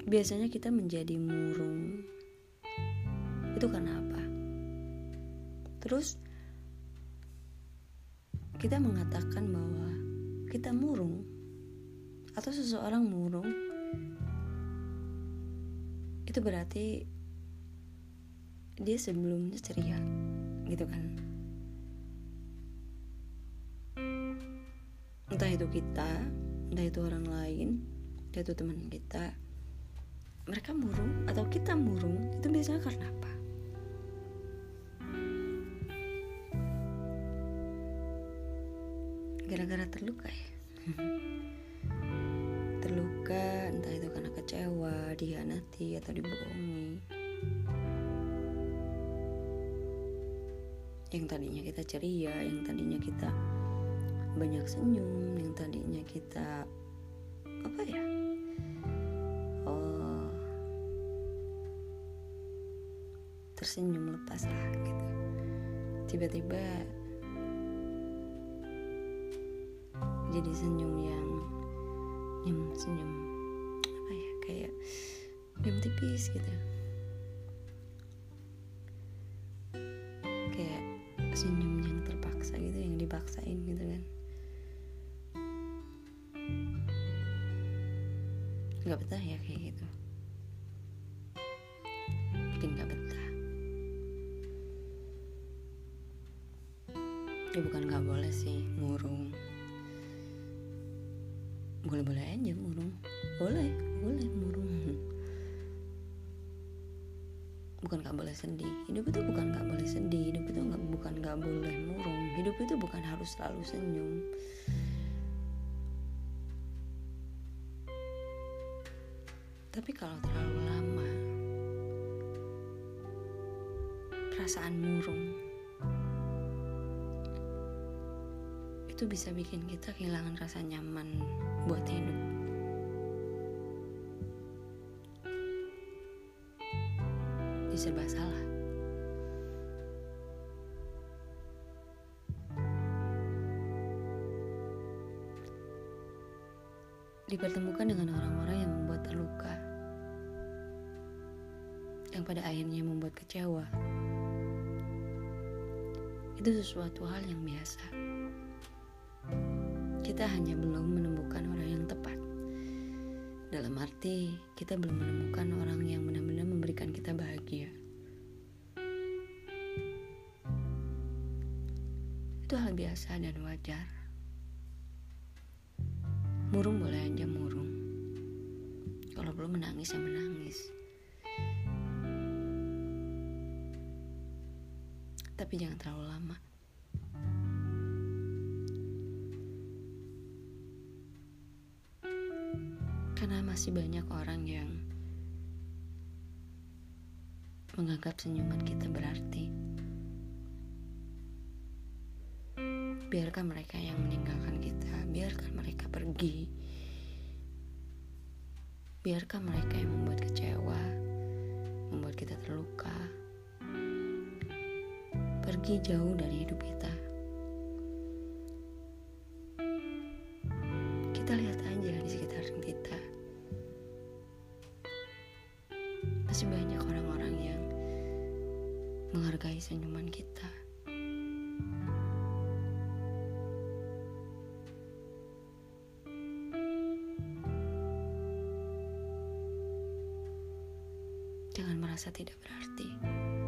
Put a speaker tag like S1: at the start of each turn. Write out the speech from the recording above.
S1: biasanya kita menjadi murung. Itu karena apa? Terus kita mengatakan bahwa kita murung atau seseorang murung, itu berarti dia sebelumnya ceria, gitu kan? Entah itu kita, entah itu orang lain, entah itu teman kita, mereka murung atau kita murung, itu biasanya karena apa? Gara-gara terluka ya. Terluka, entah itu karena kecewa, dikhianati, atau dibohongi. Yang tadinya kita ceria, yang tadinya kita banyak senyum, yang tadinya kita tersenyum lepas lah gitu. Tiba-tiba jadi senyum yang senyum kayak senyum tipis gitu, kayak senyum yang terpaksa gitu, yang dipaksain gitu kan. Gak betah ya kayak gitu, bikin gak betah. Ya bukan gak boleh sih murung, boleh-boleh aja murung, boleh murung. Bukan gak boleh sedih. Hidup itu bukan gak boleh sedih. Hidup itu bukan gak boleh murung. Hidup itu bukan harus selalu senyum. Tapi kalau terlalu lama perasaan murung itu bisa bikin kita kehilangan rasa nyaman buat hidup. Serba salah. Dipertemukan dengan orang-orang yang membuat terluka, yang pada akhirnya membuat kecewa. Itu sesuatu hal yang biasa. Kita hanya belum menemukan orang yang tepat. Dalam arti, kita belum menemukan orang yang benar-benar memberikan kita bahagia. Itu hal biasa dan wajar. Murung boleh aja murung. Kalau belum menangis ya menangis. Tapi jangan terlalu lama. Karena masih banyak orang yang menganggap senyuman kita berarti. Biarkan mereka yang meninggalkan kita, biarkan mereka pergi. Biarkan mereka yang membuat kecewa, membuat kita terluka, pergi jauh dari hidup kita. Kita lihat aja di sekitar kita. Masih banyak orang-orang yang menghargai senyuman kita. Jangan merasa tidak berarti.